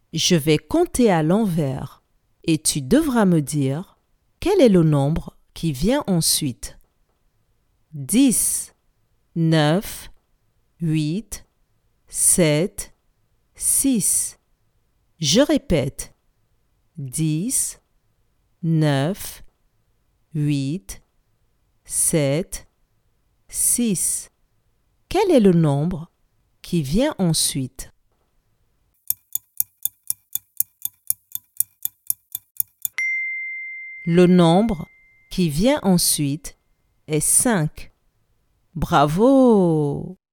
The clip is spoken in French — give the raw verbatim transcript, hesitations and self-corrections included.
Je vais compter à l'envers et tu devras me dire quel est le nombre qui vient ensuite. dix, neuf, huit, sept, six. Je répète. dix, neuf, huit, sept, six. Quel est le nombre qui vient ensuite? Le nombre qui vient ensuite est cinq. Bravo!